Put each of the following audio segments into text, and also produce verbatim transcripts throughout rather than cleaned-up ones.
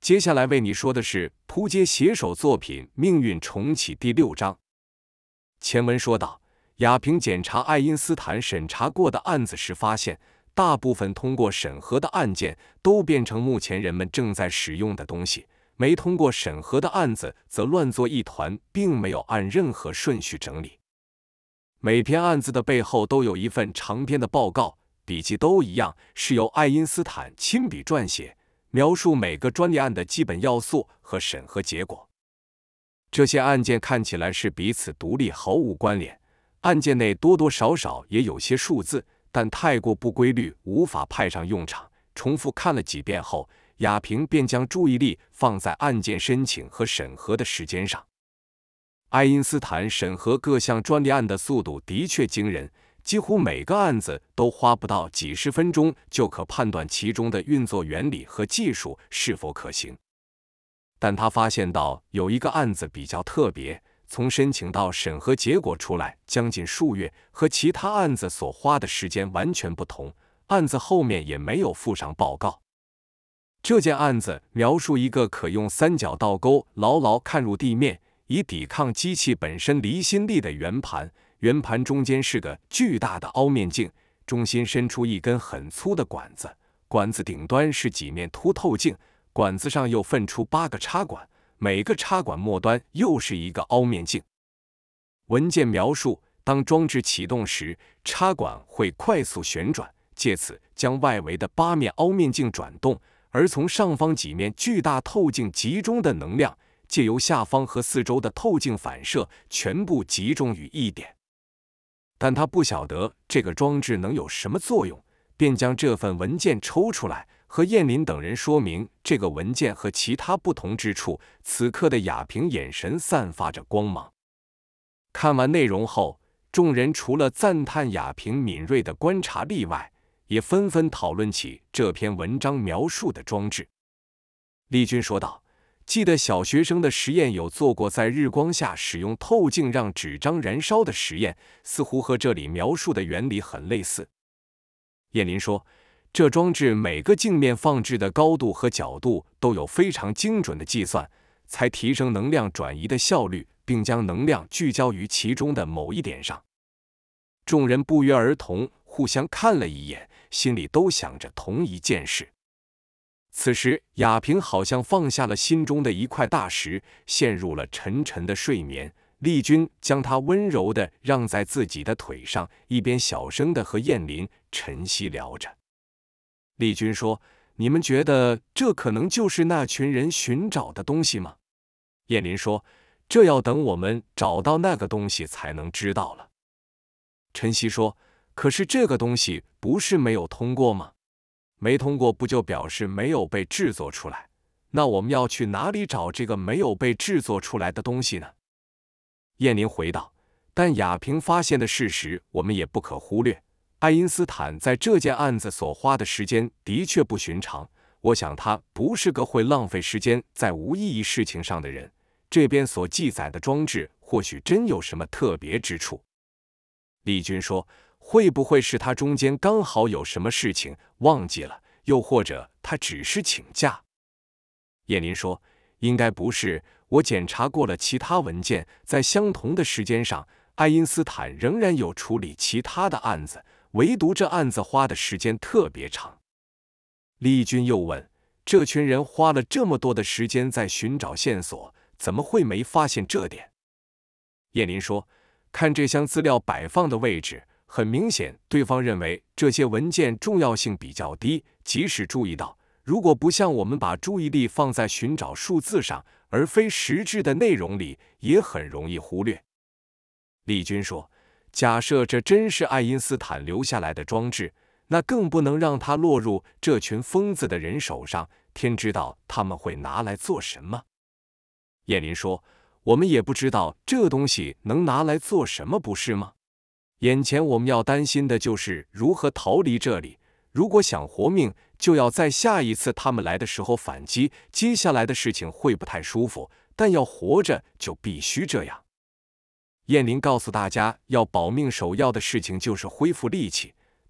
接下来为你说的是扑街写手作品《命运重启》第六章。前文说到，亚平检查爱因斯坦审查过的案子时发现，大部分通过审核的案件都变成目前人们正在使用的东西，没通过审核的案子则乱作一团，并没有按任何顺序整理。每篇案子的背后都有一份长篇的报告，笔记都一样，是由爱因斯坦亲笔撰写，描述每个专利案的基本要素和审核结果。这些案件看起来是彼此独立，毫无关联，案件内多多少少也有些数字，但太过不规律，无法派上用场。重复看了几遍后，亚平便将注意力放在案件申请和审核的时间上。爱因斯坦审核各项专利案的速度的确惊人，几乎每个案子都花不到几十分钟就可判断其中的运作原理和技术是否可行。但他发现到有一个案子比较特别，从申请到审核结果出来将近数月，和其他案子所花的时间完全不同，案子后面也没有附上报告。这件案子描述一个可用三角倒钩牢牢看入地面，以抵抗机器本身离心力的圆盘，圆盘中间是个巨大的凹面镜，中心伸出一根很粗的管子，管子顶端是几面凸透镜，管子上又分出八个插管，每个插管末端又是一个凹面镜。文件描述，当装置启动时，插管会快速旋转，借此将外围的八面凹面镜转动，而从上方几面巨大透镜集中的能量，借由下方和四周的透镜反射，全部集中于一点。但他不晓得这个装置能有什么作用，便将这份文件抽出来，和燕林等人说明这个文件和其他不同之处。此刻的亚平眼神散发着光芒。看完内容后，众人除了赞叹亚平敏锐的观察力外，也纷纷讨论起这篇文章描述的装置。丽君说道，记得小学生的实验有做过在日光下使用透镜让纸张燃烧的实验，似乎和这里描述的原理很类似。燕林说，这装置每个镜面放置的高度和角度都有非常精准的计算，才提升能量转移的效率，并将能量聚焦于其中的某一点上。众人不约而同互相看了一眼，心里都想着同一件事。此时亚平好像放下了心中的一块大石，陷入了沉沉的睡眠。丽君将她温柔地让在自己的腿上，一边小声地和燕林、晨曦聊着。丽君说，你们觉得这可能就是那群人寻找的东西吗？燕林说，这要等我们找到那个东西才能知道了。晨曦说，可是这个东西不是没有通过吗？没通过不就表示没有被制作出来？那我们要去哪里找这个没有被制作出来的东西呢？燕林回道，但亚平发现的事实我们也不可忽略。爱因斯坦在这件案子所花的时间的确不寻常，我想他不是个会浪费时间在无意义事情上的人。这边所记载的装置或许真有什么特别之处。丽君说，会不会是他中间刚好有什么事情忘记了，又或者他只是请假？燕林说，应该不是，我检查过了其他文件，在相同的时间上，爱因斯坦仍然有处理其他的案子，唯独这案子花的时间特别长。丽君又问，这群人花了这么多的时间在寻找线索，怎么会没发现这点？燕林说，看这项资料摆放的位置，很明显对方认为这些文件重要性比较低，即使注意到，如果不像我们把注意力放在寻找数字上，而非实质的内容里，也很容易忽略。丽君说，假设这真是爱因斯坦留下来的装置，那更不能让它落入这群疯子的人手上，天知道他们会拿来做什么。燕林说，我们也不知道这东西能拿来做什么，不是吗？眼前我们要担心的就是如何逃离这里，如果想活命，就要在下一次他们来的时候反击。接下来的事情会不太舒服，但要活着就必须这样。燕林告诉大家，要保命首要的事情就是恢复力气。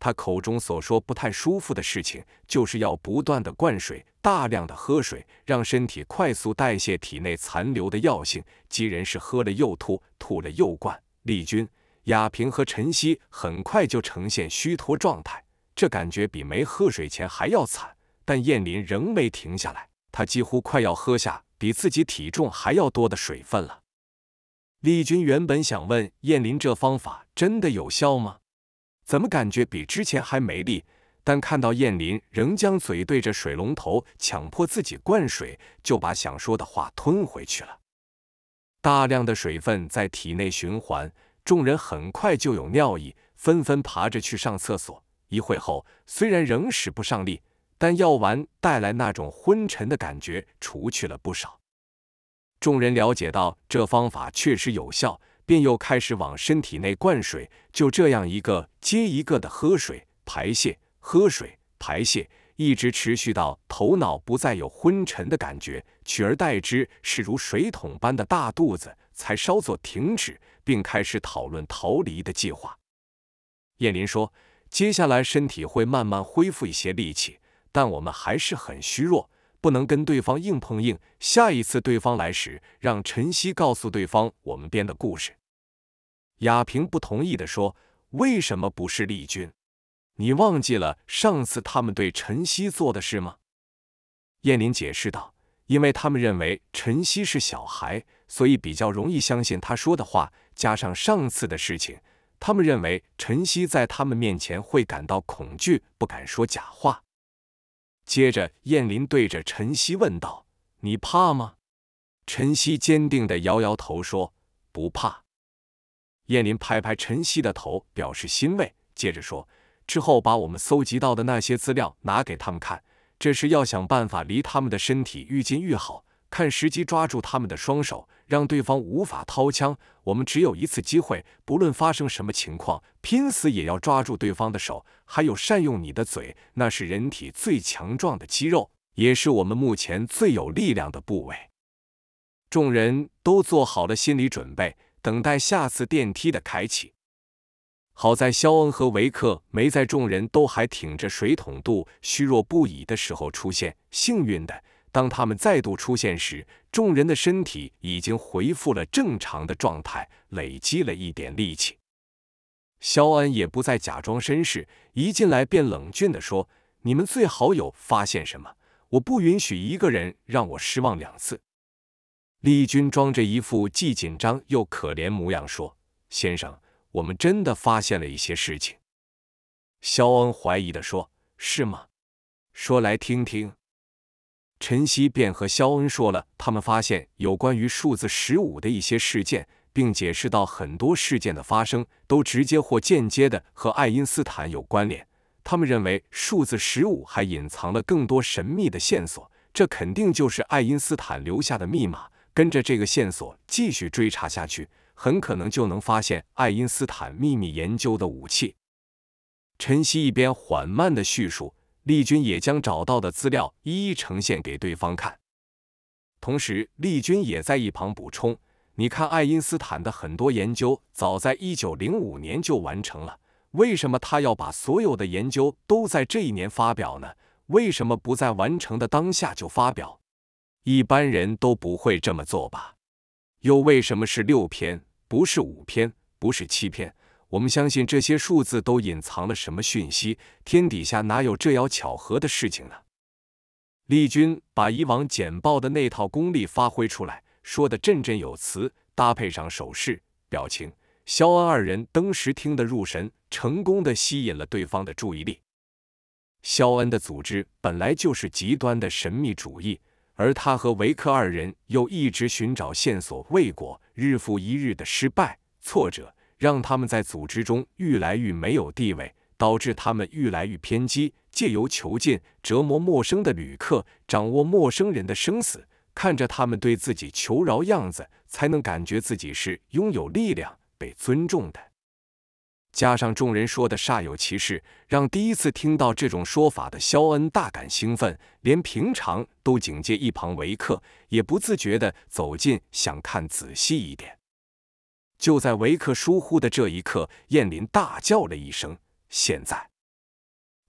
他口中所说不太舒服的事情，就是要不断的灌水，大量的喝水，让身体快速代谢体内残留的药性。几人是喝了又吐，吐了又灌。丽君、雅萍和陈曦很快就呈现虚脱状态，这感觉比没喝水前还要惨。但燕林仍没停下来，他几乎快要喝下比自己体重还要多的水分了。丽君原本想问燕林，这方法真的有效吗？怎么感觉比之前还没力？但看到燕林仍将嘴对着水龙头，强迫自己灌水，就把想说的话吞回去了。大量的水分在体内循环，众人很快就有尿意，纷纷爬着去上厕所。一会后，虽然仍使不上力，但药丸带来那种昏沉的感觉除去了不少。众人了解到这方法确实有效，便又开始往身体内灌水，就这样一个接一个的喝水排泄，喝水排泄，一直持续到头脑不再有昏沉的感觉，取而代之是如水桶般的大肚子，才稍作停止，并开始讨论逃离的计划。燕林说，接下来身体会慢慢恢复一些力气，但我们还是很虚弱，不能跟对方硬碰硬，下一次对方来时，让陈曦告诉对方我们编的故事。雅萍不同意地说，为什么不是丽君？你忘记了上次他们对陈曦做的事吗？燕林解释道，因为他们认为陈曦是小孩，所以比较容易相信他说的话，加上上次的事情，他们认为陈曦在他们面前会感到恐惧，不敢说假话。接着燕林对着陈曦问道，你怕吗？陈曦坚定地摇摇头说，不怕。燕林拍拍陈曦的头表示欣慰，接着说，之后把我们搜集到的那些资料拿给他们看，这是要想办法离他们的身体愈近愈好，看时机抓住他们的双手，让对方无法掏枪。我们只有一次机会，不论发生什么情况，拼死也要抓住对方的手。还有善用你的嘴，那是人体最强壮的肌肉，也是我们目前最有力量的部位。众人都做好了心理准备，等待下次电梯的开启。好在肖恩和维克没在众人都还挺着水桶肚虚弱不已的时候出现，幸运的，当他们再度出现时，众人的身体已经恢复了正常的状态，累积了一点力气。肖恩也不再假装绅士，一进来便冷峻地说，你们最好有发现什么，我不允许一个人让我失望两次。丽君装着一副既紧张又可怜模样说，先生，我们真的发现了一些事情。肖恩怀疑地说，是吗？说来听听。陈曦便和肖恩说了他们发现有关于数字十五的一些事件，并解释到很多事件的发生都直接或间接的和爱因斯坦有关联。他们认为数字十五还隐藏了更多神秘的线索，这肯定就是爱因斯坦留下的密码。跟着这个线索继续追查下去，很可能就能发现爱因斯坦秘密研究的武器。陈曦一边缓慢地叙述，丽君也将找到的资料一一呈现给对方看。同时丽君也在一旁补充，你看爱因斯坦的很多研究早在一九零五年就完成了，为什么他要把所有的研究都在这一年发表呢？为什么不在完成的当下就发表？一般人都不会这么做吧？又为什么是六篇，不是五篇，不是七篇？我们相信这些数字都隐藏了什么讯息，天底下哪有这样巧合的事情呢？丽君把以往简报的那套功力发挥出来，说得振振有词，搭配上手势、表情，肖恩二人登时听得入神，成功地吸引了对方的注意力。肖恩的组织本来就是极端的神秘主义，而他和维克二人又一直寻找线索未果，日复一日的失败、挫折，让他们在组织中愈来愈没有地位，导致他们愈来愈偏激，借由囚禁、折磨陌生的旅客，掌握陌生人的生死，看着他们对自己求饶样子，才能感觉自己是拥有力量、被尊重的。加上众人说的煞有其事，让第一次听到这种说法的肖恩大感兴奋，连平常都警戒一旁维克，也不自觉地走近，想看仔细一点。就在维克疏忽的这一刻，燕林大叫了一声，现在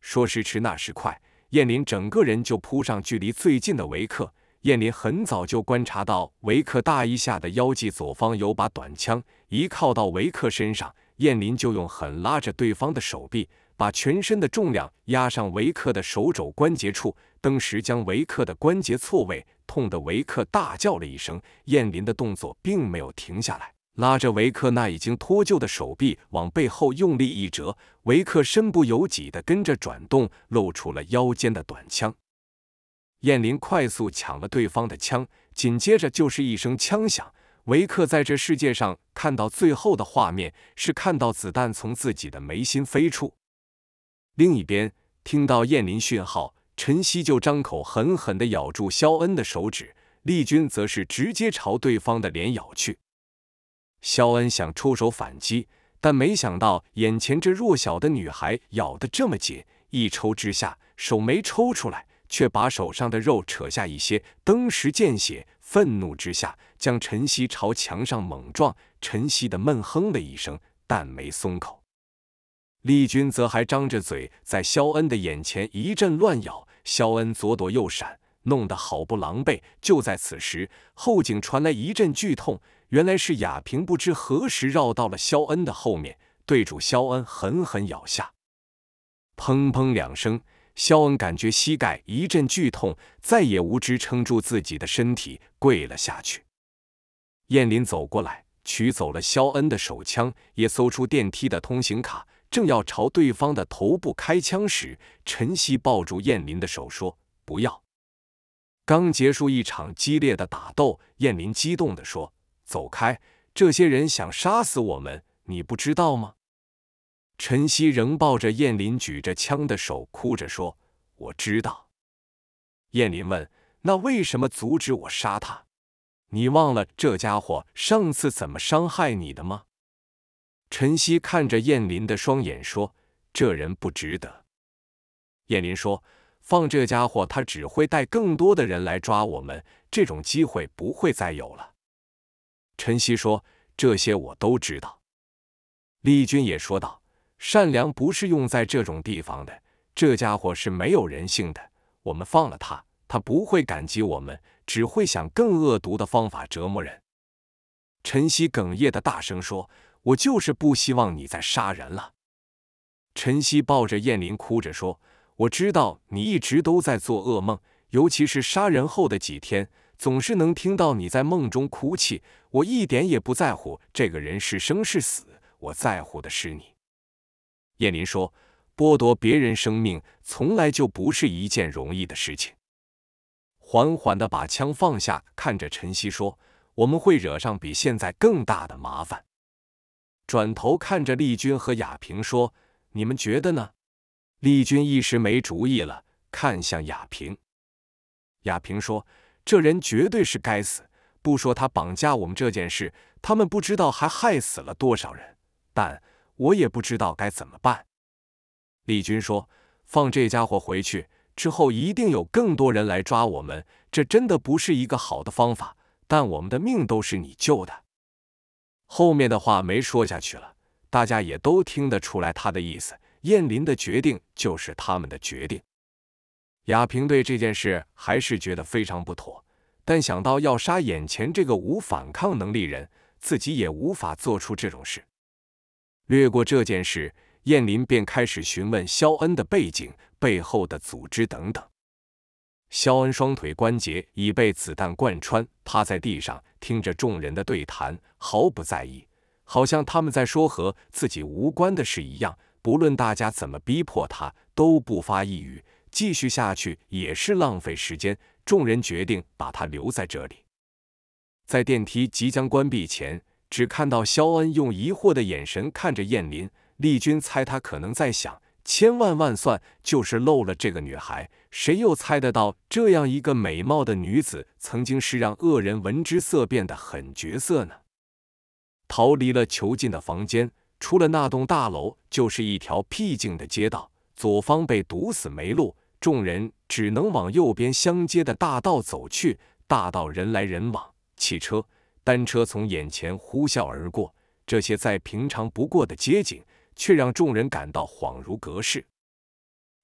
说时迟，那时快，燕林整个人就扑上距离最近的维克。燕林很早就观察到维克大衣下的腰际左方有把短枪，一靠到维克身上，燕林就用狠拉着对方的手臂，把全身的重量压上维克的手肘关节处，登时将维克的关节错位，痛得维克大叫了一声。燕林的动作并没有停下来，拉着维克那已经脱臼的手臂往背后用力一折，维克身不由己地跟着转动，露出了腰间的短枪。燕林快速抢了对方的枪，紧接着就是一声枪响。维克在这世界上看到最后的画面是看到子弹从自己的眉心飞出。另一边，听到燕林讯号，陈曦就张口狠狠地咬住肖恩的手指，丽君则是直接朝对方的脸咬去。肖恩想抽手反击，但没想到眼前这弱小的女孩咬得这么紧，一抽之下，手没抽出来，却把手上的肉扯下一些，登时见血，愤怒之下将陈曦朝墙上猛撞。陈曦的闷哼了一声，但没松口。丽君则还张着嘴在肖恩的眼前一阵乱咬，肖恩左躲右闪，弄得好不狼狈。就在此时，后颈传来一阵剧痛，原来是雅萍不知何时绕到了肖恩的后面，对住肖恩狠狠咬下。砰砰两声，肖恩感觉膝盖一阵剧痛，再也无支撑住自己的身体，跪了下去。燕林走过来，取走了肖恩的手枪，也搜出电梯的通行卡，正要朝对方的头部开枪时，陈曦抱住燕林的手说：“不要。”刚结束一场激烈的打斗，燕林激动地说：“走开，这些人想杀死我们，你不知道吗？”陈曦仍抱着燕林举着枪的手，哭着说：“我知道。”燕林问：“那为什么阻止我杀他？你忘了这家伙上次怎么伤害你的吗？”陈曦看着燕林的双眼说：“这人不值得。”燕林说：“放这家伙，他只会带更多的人来抓我们，这种机会不会再有了。”陈曦说：“这些我都知道。”丽君也说道：“善良不是用在这种地方的，这家伙是没有人性的，我们放了他，他不会感激我们，只会想更恶毒的方法折磨人。”陈曦哽咽的大声说：“我就是不希望你再杀人了。”陈曦抱着燕林哭着说：“我知道你一直都在做噩梦，尤其是杀人后的几天，总是能听到你在梦中哭泣。我一点也不在乎这个人是生是死，我在乎的是你。”燕林说：“剥夺别人生命从来就不是一件容易的事情。”缓缓地把枪放下，看着陈曦说：“我们会惹上比现在更大的麻烦。”转头看着丽君和雅萍说：“你们觉得呢？”丽君一时没主意了，看向雅萍。雅萍说：“这人绝对是该死，不说他绑架我们这件事，他们不知道还害死了多少人，但我也不知道该怎么办。”丽君说：“放这家伙回去，之后一定有更多人来抓我们，这真的不是一个好的方法，但我们的命都是你救的。”后面的话没说下去了，大家也都听得出来他的意思，燕林的决定就是他们的决定。雅萍对这件事还是觉得非常不妥，但想到要杀眼前这个无反抗能力人，自己也无法做出这种事。略过这件事，燕林便开始询问肖恩的背景、背后的组织等等。肖恩双腿关节已被子弹贯穿，趴在地上听着众人的对谈，毫不在意，好像他们在说和自己无关的事一样，不论大家怎么逼迫他，都不发一语，继续下去也是浪费时间。众人决定把他留在这里。在电梯即将关闭前，只看到肖恩用疑惑的眼神看着燕林，丽君猜他可能在想，千万万算就是漏了这个女孩，谁又猜得到这样一个美貌的女子曾经是让恶人闻之色变的狠角色呢？逃离了囚禁的房间，除了那栋大楼就是一条僻静的街道，左方被堵死没路，众人只能往右边相接的大道走去。大道人来人往，汽车、单车从眼前呼啸而过，这些再平常不过的街景却让众人感到恍如隔世。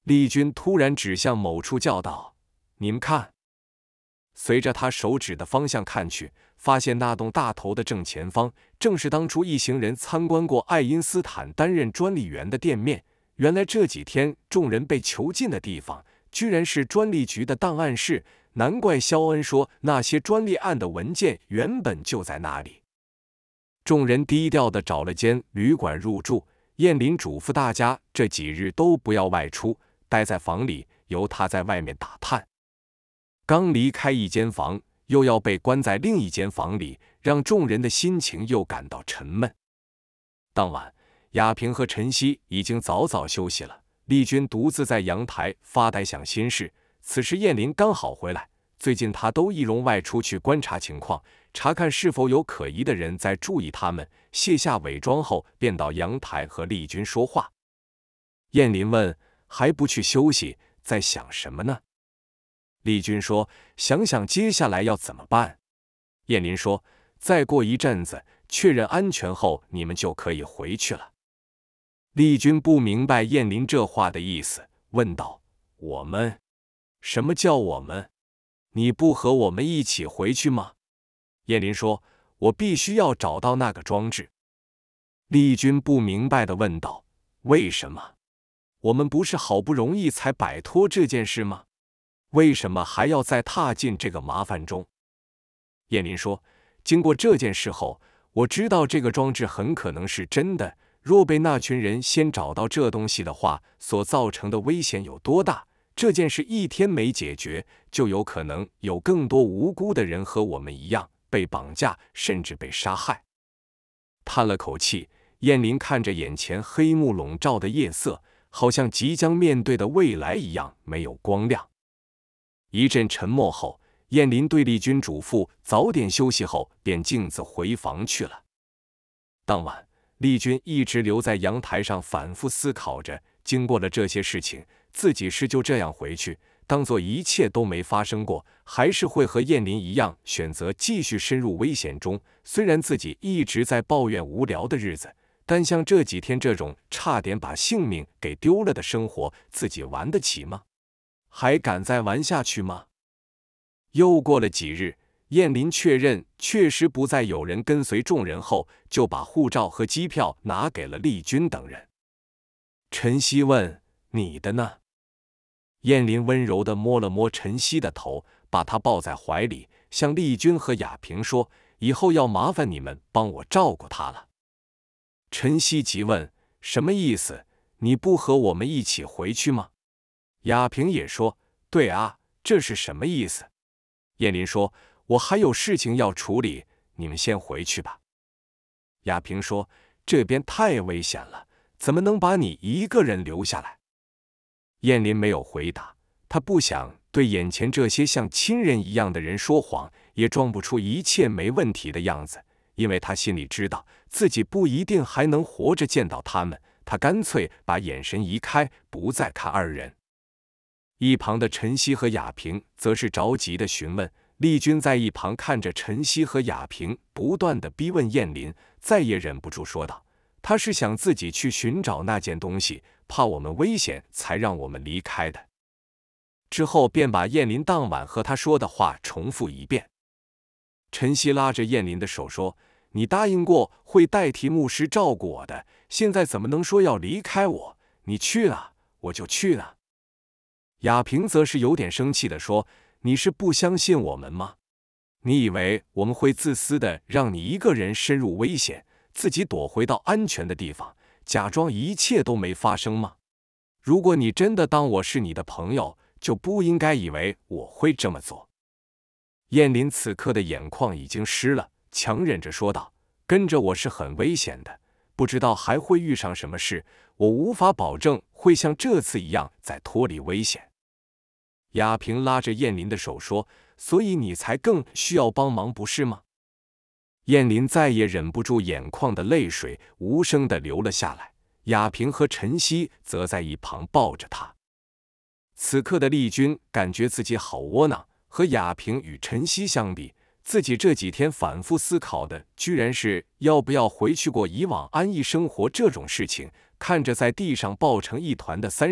丽君突然指向某处叫道：“你们看！”随着他手指的方向看去，发现那栋大楼的正前方，正是当初一行人参观过爱因斯坦担任专利员的店面。原来这几天众人被囚禁的地方，居然是专利局的档案室，难怪肖恩说那些专利案的文件原本就在那里。众人低调地找了间旅馆入住，燕林嘱咐大家这几日都不要外出，待在房里，由他在外面打探。刚离开一间房，又要被关在另一间房里，让众人的心情又感到沉闷。当晚，亚平和陈曦已经早早休息了，丽君独自在阳台发呆想心事。此时燕林刚好回来，最近他都易容外出去观察情况，查看是否有可疑的人在注意他们。卸下伪装后，便到阳台和丽君说话。燕林问：“还不去休息，在想什么呢？”丽君说：“想想接下来要怎么办。”燕林说：“再过一阵子，确认安全后，你们就可以回去了。”丽君不明白燕林这话的意思，问道：“我们？什么叫我们？你不和我们一起回去吗？”燕林说：“我必须要找到那个装置。”丽君不明白地问道：“为什么？我们不是好不容易才摆脱这件事吗？为什么还要再踏进这个麻烦中？”燕林说：“经过这件事后，我知道这个装置很可能是真的。若被那群人先找到这东西的话，所造成的危险有多大？这件事一天没解决，就有可能有更多无辜的人和我们一样被绑架，甚至被杀害。”叹了口气，燕林看着眼前黑幕笼罩的夜色，好像即将面对的未来一样没有光亮。一阵沉默后，燕林对丽君嘱咐早点休息后，便径自回房去了。当晚，丽君一直留在阳台上反复思考着，经过了这些事情，自己是就这样回去，当作一切都没发生过，还是会和燕林一样选择继续深入危险中。虽然自己一直在抱怨无聊的日子，但像这几天这种差点把性命给丢了的生活，自己玩得起吗？还敢再玩下去吗？又过了几日，燕林确认确实不再有人跟随众人后，就把护照和机票拿给了丽君等人。陈曦问：“你的呢？”燕林温柔地摸了摸陈曦的头，把她抱在怀里，向丽君和亚平说：“以后要麻烦你们帮我照顾她了。”陈曦急问：“什么意思？你不和我们一起回去吗？”亚平也说：“对啊，这是什么意思？”燕林说：“我还有事情要处理，你们先回去吧。”亚平说：“这边太危险了，怎么能把你一个人留下来？”燕林没有回答，他不想对眼前这些像亲人一样的人说谎，也装不出一切没问题的样子，因为他心里知道自己不一定还能活着见到他们。他干脆把眼神移开，不再看二人。一旁的陈曦和亚平则是着急地询问，丽君在一旁看着陈曦和亚平不断地逼问燕林，再也忍不住说道：“他是想自己去寻找那件东西，怕我们危险才让我们离开的。”之后便把燕林当晚和他说的话重复一遍。陈曦拉着燕林的手说：“你答应过会代替牧师照顾我的，现在怎么能说要离开我？你去了，我就去了。”亚平则是有点生气地说：“你是不相信我们吗？你以为我们会自私的让你一个人深入危险，自己躲回到安全的地方，假装一切都没发生吗？如果你真的当我是你的朋友，就不应该以为我会这么做。”燕林此刻的眼眶已经湿了，强忍着说道：“跟着我是很危险的，不知道还会遇上什么事，我无法保证会像这次一样再脱离危险。”亚平拉着燕林的手说：“所以你才更需要帮忙，不是吗？”燕林再也忍不住眼眶的泪水，无声地流了下来。亚平和陈曦则在一旁抱着他。此刻的丽君感觉自己好窝囊，和亚平与陈曦相比，自己这几天反复思考的居然是要不要回去过以往安逸生活这种事情。看着在地上抱成一团的三人，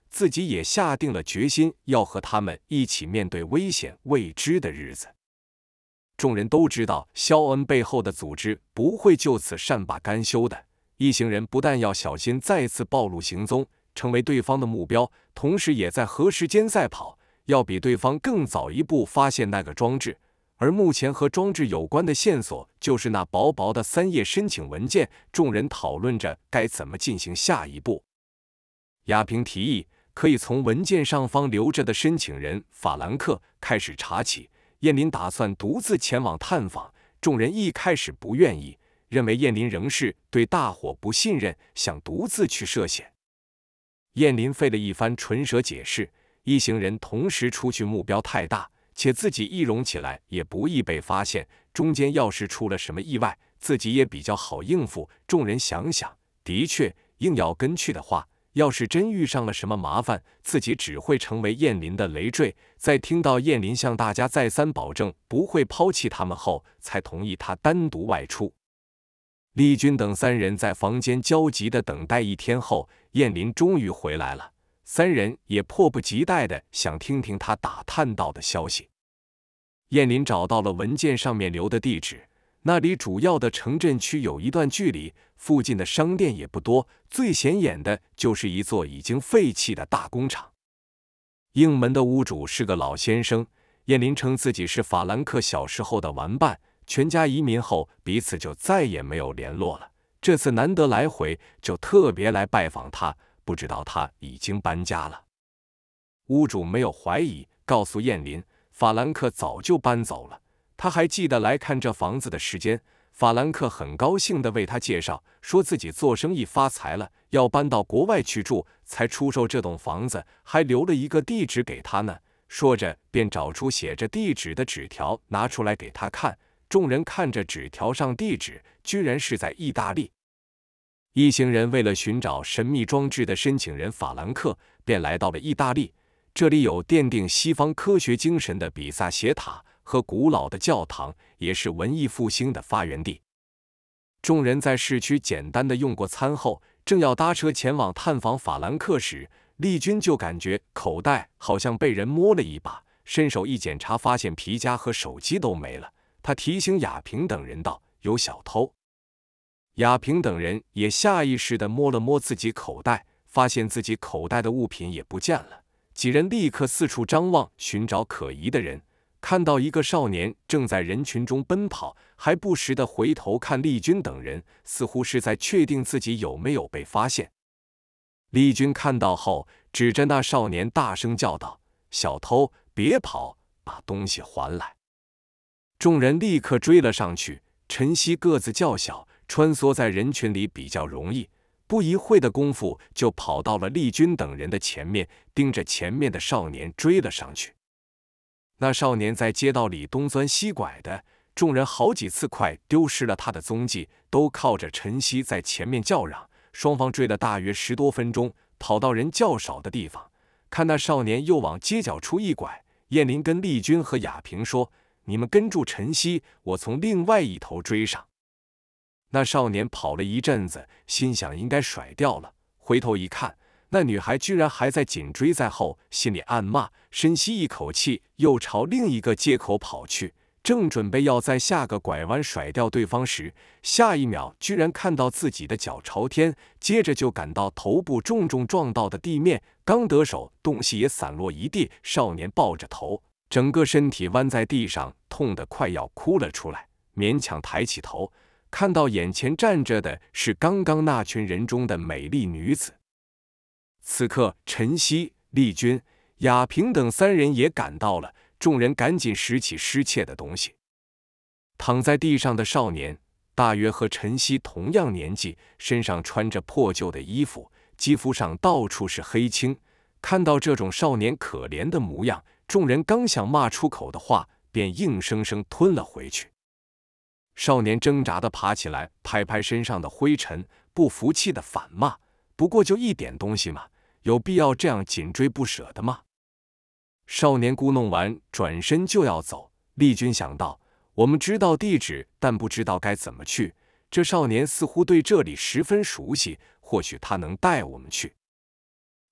自己也下定了决心，要和他们一起面对危险未知的日子。众人都知道萧恩背后的组织不会就此善罢甘休的，一行人不但要小心再次暴露行踪，成为对方的目标，同时也在和时间赛跑，要比对方更早一步发现那个装置。而目前和装置有关的线索就是那薄薄的三页申请文件，众人讨论着该怎么进行下一步。亚平提议可以从文件上方留着的申请人法兰克开始查起。燕林打算独自前往探访，众人一开始不愿意，认为燕林仍是对大伙不信任，想独自去涉险。燕林费了一番唇舌解释，一行人同时出去目标太大，且自己易容起来也不易被发现，中间要是出了什么意外，自己也比较好应付。众人想想，的确，硬要跟去的话，要是真遇上了什么麻烦，自己只会成为燕林的累赘。在听到燕林向大家再三保证不会抛弃他们后，才同意他单独外出。丽君等三人在房间焦急地等待一天后，燕林终于回来了。三人也迫不及待地想听听他打探到的消息。燕林找到了文件上面留的地址，那离主要的城镇区有一段距离，附近的商店也不多，最显眼的就是一座已经废弃的大工厂。应门的屋主是个老先生，燕林称自己是法兰克小时候的玩伴，全家移民后彼此就再也没有联络了。这次难得来回，就特别来拜访他，不知道他已经搬家了。屋主没有怀疑，告诉燕林，法兰克早就搬走了。他还记得来看这房子的时间，法兰克很高兴地为他介绍，说自己做生意发财了，要搬到国外去住，才出售这栋房子，还留了一个地址给他呢。说着便找出写着地址的纸条拿出来给他看，众人看着纸条上地址，居然是在意大利。一行人为了寻找神秘装置的申请人法兰克，便来到了意大利。这里有奠定西方科学精神的比萨斜塔和古老的教堂，也是文艺复兴的发源地。众人在市区简单的用过餐后，正要搭车前往探访法兰克时，丽君就感觉口袋好像被人摸了一把，伸手一检查，发现皮夹和手机都没了。他提醒亚平等人道：“有小偷。”亚平等人也下意识地摸了摸自己口袋，发现自己口袋的物品也不见了。几人立刻四处张望，寻找可疑的人。看到一个少年正在人群中奔跑，还不时地回头看丽君等人，似乎是在确定自己有没有被发现。丽君看到后，指着那少年大声叫道：“小偷，别跑，把东西还来！”众人立刻追了上去。陈曦个子较小，穿梭在人群里比较容易，不一会的功夫就跑到了丽君等人的前面，盯着前面的少年追了上去。那少年在街道里东钻西拐的，众人好几次快丢失了他的踪迹，都靠着陈曦在前面叫嚷。双方追了大约十多分钟，跑到人较少的地方，看那少年又往街角处一拐，燕林跟丽君和亚平说：“你们跟住陈曦，我从另外一头追上。”那少年跑了一阵子，心想应该甩掉了，回头一看，那女孩居然还在紧追在后，心里暗骂，深吸一口气，又朝另一个街口跑去。正准备要在下个拐弯甩掉对方时，下一秒居然看到自己的脚朝天，接着就感到头部重重撞到的地面，刚得手，东西也散落一地。少年抱着头，整个身体弯在地上，痛得快要哭了出来，勉强抬起头，看到眼前站着的是刚刚那群人中的美丽女子。此刻陈曦、丽君、亚平等三人也赶到了，众人赶紧拾起失窃的东西。躺在地上的少年大约和陈曦同样年纪，身上穿着破旧的衣服，肌肤上到处是黑青。看到这种少年可怜的模样，众人刚想骂出口的话，便硬生生吞了回去。少年挣扎地爬起来，拍拍身上的灰尘，不服气地反骂：“不过就一点东西嘛，有必要这样紧追不舍的吗？”少年咕哝完，转身就要走。丽君想到，我们知道地址，但不知道该怎么去。这少年似乎对这里十分熟悉，或许他能带我们去。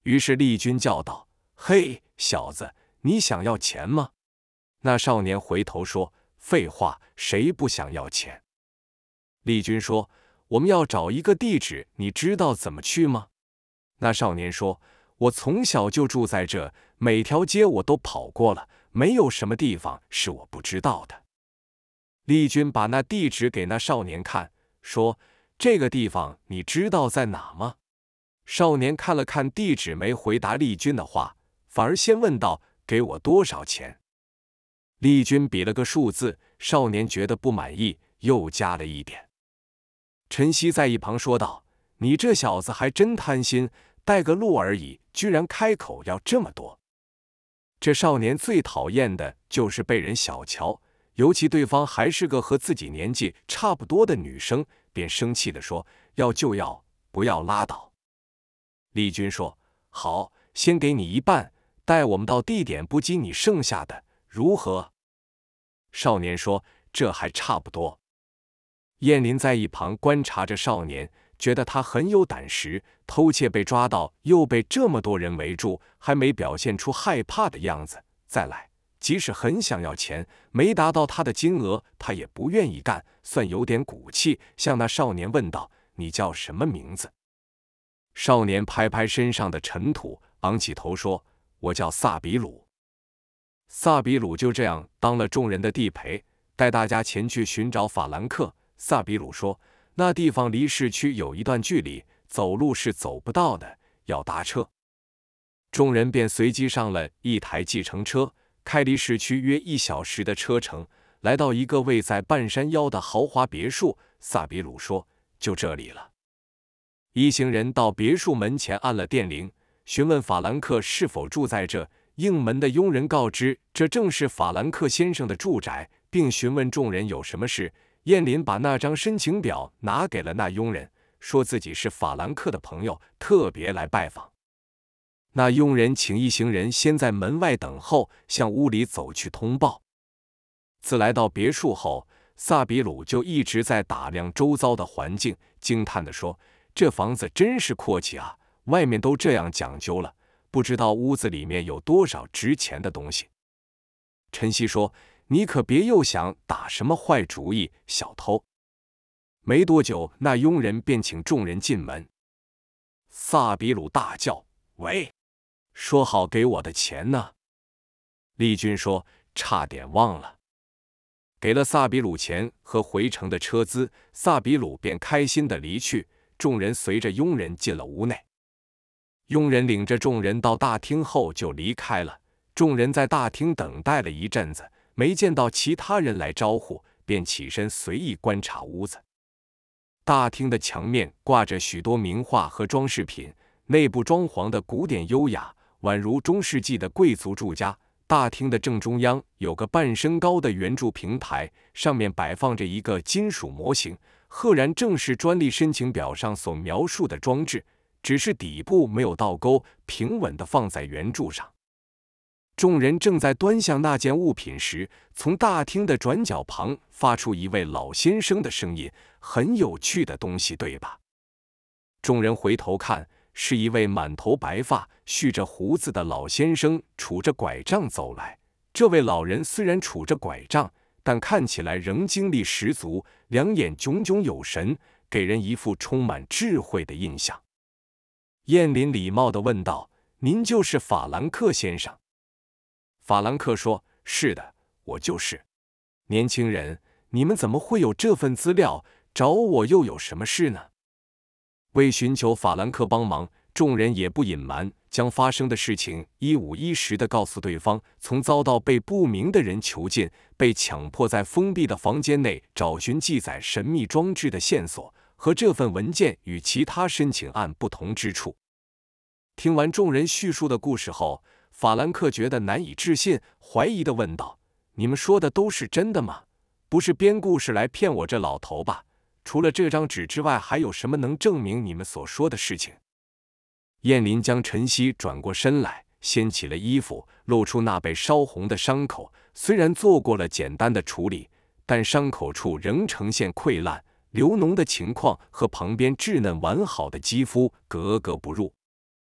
于是丽君叫道：“嘿，小子，你想要钱吗？”那少年回头说：“废话，谁不想要钱？”丽君说：“我们要找一个地址，你知道怎么去吗？”那少年说：“我从小就住在这，每条街我都跑过了，没有什么地方是我不知道的。”丽君把那地址给那少年看，说：“这个地方你知道在哪吗？”少年看了看地址，没回答丽君的话，反而先问道：“给我多少钱？”丽君比了个数字，少年觉得不满意，又加了一点。陈曦在一旁说道：“你这小子还真贪心，带个路而已，居然开口要这么多。”这少年最讨厌的就是被人小瞧，尤其对方还是个和自己年纪差不多的女生，便生气地说：“要就要，不要拉倒。”丽君说：“好，先给你一半，带我们到地点不及你剩下的，如何？”少年说：“这还差不多。”燕林在一旁观察着少年，觉得他很有胆识，偷窃被抓到，又被这么多人围住，还没表现出害怕的样子。再来，即使很想要钱，没达到他的金额，他也不愿意干，算有点骨气，向那少年问道：“你叫什么名字？”少年拍拍身上的尘土，昂起头说：“我叫萨比鲁。”萨比鲁就这样当了众人的地陪，带大家前去寻找法兰克。萨比鲁说：“那地方离市区有一段距离，走路是走不到的，要搭车。”众人便随机上了一台计程车，开离市区约一小时的车程，来到一个位在半山腰的豪华别墅。萨比鲁说：“就这里了。”一行人到别墅门前按了电铃，询问法兰克是否住在这。应门的佣人告知这正是法兰克先生的住宅，并询问众人有什么事。燕林把那张申请表拿给了那佣人，说自己是法兰克的朋友，特别来拜访。那佣人请一行人先在门外等候，向屋里走去通报。自来到别墅后，萨比鲁就一直在打量周遭的环境，惊叹地说：“这房子真是阔气啊，外面都这样讲究了，不知道屋子里面有多少值钱的东西。”陈曦说：“你可别又想打什么坏主意，小偷。”没多久，那佣人便请众人进门。萨比鲁大叫：“喂，说好给我的钱呢？”丽君说：“差点忘了。”给了萨比鲁钱和回程的车资，萨比鲁便开心地离去。众人随着佣人进了屋内。佣人领着众人到大厅后就离开了。众人在大厅等待了一阵子，没见到其他人来招呼，便起身随意观察屋子。大厅的墙面挂着许多名画和装饰品，内部装潢的古典优雅，宛如中世纪的贵族住家。大厅的正中央有个半身高的圆柱平台，上面摆放着一个金属模型，赫然正是专利申请表上所描述的装置，只是底部没有倒钩，平稳地放在圆柱上。众人正在端详那件物品时，从大厅的转角旁发出一位老先生的声音：“很有趣的东西，对吧？”众人回头看，是一位满头白发、蓄着胡子的老先生，杵着拐杖走来。这位老人虽然杵着拐杖，但看起来仍精力十足，两眼炯炯有神，给人一副充满智慧的印象。燕林礼貌地问道：“您就是法兰克先生？”法兰克说：“是的，我就是。年轻人，你们怎么会有这份资料？找我又有什么事呢？”为寻求法兰克帮忙，众人也不隐瞒，将发生的事情一五一十地告诉对方，从遭到被不明的人囚禁，被强迫在封闭的房间内找寻记载神秘装置的线索，和这份文件与其他申请案不同之处。听完众人叙述的故事后，法兰克觉得难以置信，怀疑地问道：“你们说的都是真的吗？不是编故事来骗我这老头吧？除了这张纸之外，还有什么能证明你们所说的事情？”燕林将陈曦转过身来，掀起了衣服，露出那被烧红的伤口。虽然做过了简单的处理，但伤口处仍呈现溃烂、流脓的情况，和旁边稚嫩完好的肌肤格格不入。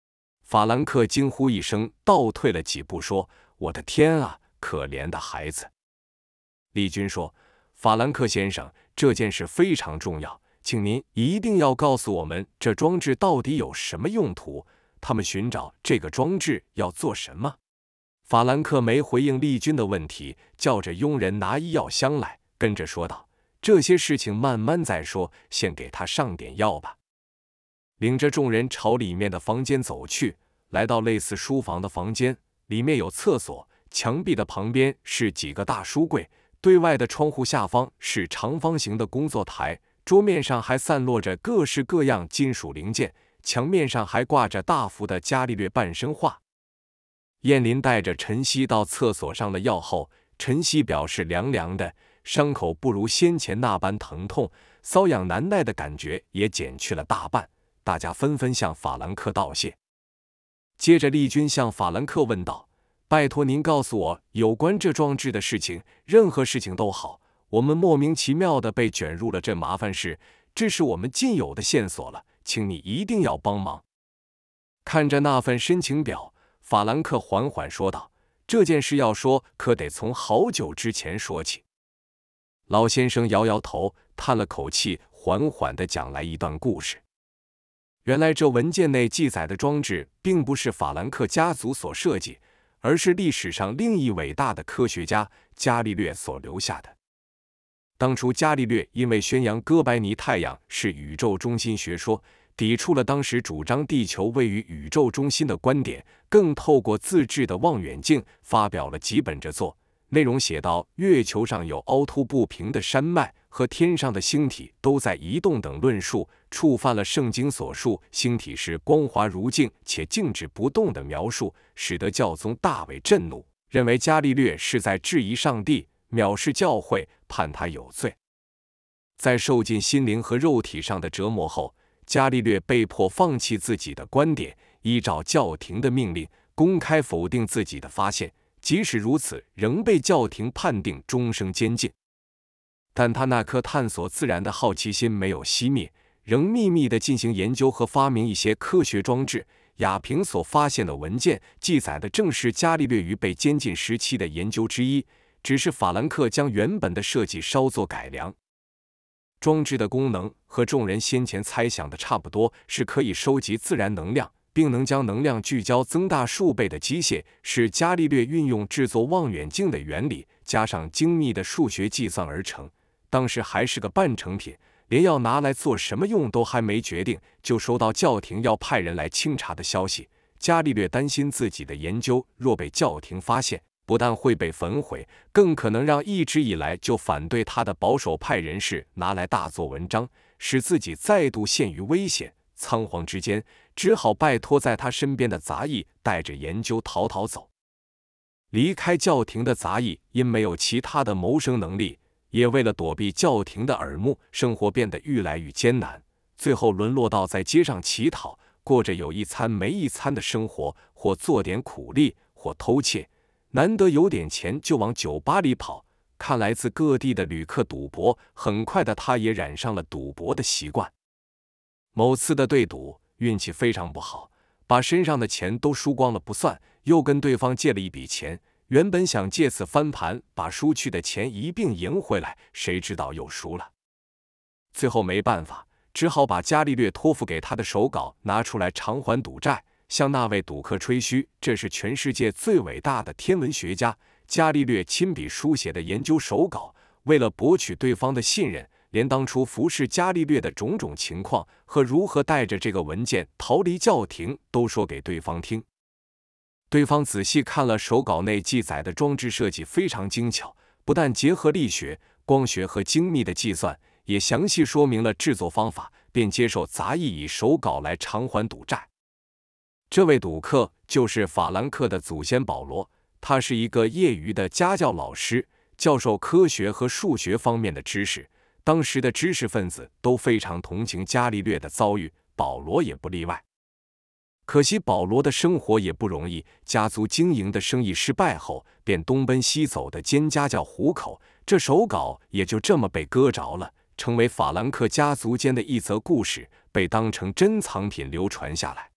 法兰克惊呼一声，倒退了几步，说：“我的天啊，可怜的孩子！”丽君说：“法兰克先生，这件事非常重要，请您一定要告诉我们，这装置到底有什么用途？他们寻找这个装置要做什么？”法兰克没回应丽君的问题，叫着佣人拿医药箱来，跟着说道：“这些事情慢慢再说，先给他上点药吧。”领着众人朝里面的房间走去，来到类似书房的房间，里面有厕所，墙壁的旁边是几个大书柜，对外的窗户下方是长方形的工作台，桌面上还散落着各式各样金属零件，墙面上还挂着大幅的伽利略半身画。燕林带着晨曦到厕所上了药后，晨曦表示凉凉的，伤口不如先前那般疼痛，瘙痒难耐的感觉也减去了大半。大家纷纷向法兰克道谢。接着丽君向法兰克问道：“拜托您告诉我有关这装置的事情，任何事情都好，我们莫名其妙地被卷入了这麻烦事，这是我们仅有的线索了，请你一定要帮忙。”看着那份申请表，法兰克缓缓说道：“这件事要说，可得从好久之前说起。”老先生摇摇头，叹了口气，缓缓地讲来一段故事。原来这文件内记载的装置并不是法兰克家族所设计，而是历史上另一伟大的科学家伽利略所留下的。当初伽利略因为宣扬哥白尼太阳是宇宙中心学说，抵触了当时主张地球位于宇宙中心的观点，更透过自制的望远镜发表了几本着作，内容写到月球上有凹凸不平的山脉和天上的星体都在移动等论述，触犯了圣经所述星体是光滑如镜且静止不动的描述，使得教宗大为震怒，认为伽利略是在质疑上帝，藐视教会，判他有罪。在受尽心灵和肉体上的折磨后，伽利略被迫放弃自己的观点，依照教廷的命令公开否定自己的发现，即使如此，仍被教廷判定终生监禁。但他那颗探索自然的好奇心没有熄灭，仍秘密地进行研究和发明一些科学装置。亚平所发现的文件记载的正是伽利略于被监禁时期的研究之一，只是法兰克将原本的设计稍作改良。装置的功能和众人先前猜想的差不多，是可以收集自然能量，并能将能量聚焦增大数倍的机械，是伽利略运用制作望远镜的原理，加上精密的数学计算而成。当时还是个半成品，连要拿来做什么用都还没决定，就收到教廷要派人来清查的消息。伽利略担心自己的研究若被教廷发现，不但会被焚毁，更可能让一直以来就反对他的保守派人士拿来大做文章，使自己再度陷于危险。仓皇之间，只好拜托在他身边的杂役带着研究逃逃走。离开教廷的杂役因没有其他的谋生能力，也为了躲避教廷的耳目，生活变得愈来愈艰难，最后沦落到在街上乞讨，过着有一餐没一餐的生活，或做点苦力，或偷窃，难得有点钱就往酒吧里跑，看来自各地的旅客赌博，很快的他也染上了赌博的习惯。某次的对赌，运气非常不好，把身上的钱都输光了不算，又跟对方借了一笔钱，原本想借此翻盘，把输去的钱一并赢回来，谁知道又输了。最后没办法，只好把伽利略托付给他的手稿拿出来偿还赌债，向那位赌客吹嘘，这是全世界最伟大的天文学家伽利略亲笔书写的研究手稿。为了博取对方的信任，连当初服侍伽利略的种种情况和如何带着这个文件逃离教廷都说给对方听。对方仔细看了手稿内记载的装置设计非常精巧，不但结合力学、光学和精密的计算，也详细说明了制作方法，便接受杂役以手稿来偿还赌债。这位赌客就是法兰克的祖先保罗，他是一个业余的家教老师，教授科学和数学方面的知识。当时的知识分子都非常同情伽利略的遭遇，保罗也不例外。可惜保罗的生活也不容易，家族经营的生意失败后，便东奔西走的兼家教糊口，这手稿也就这么被搁着了，成为法兰克家族间的一则故事，被当成珍藏品流传下来。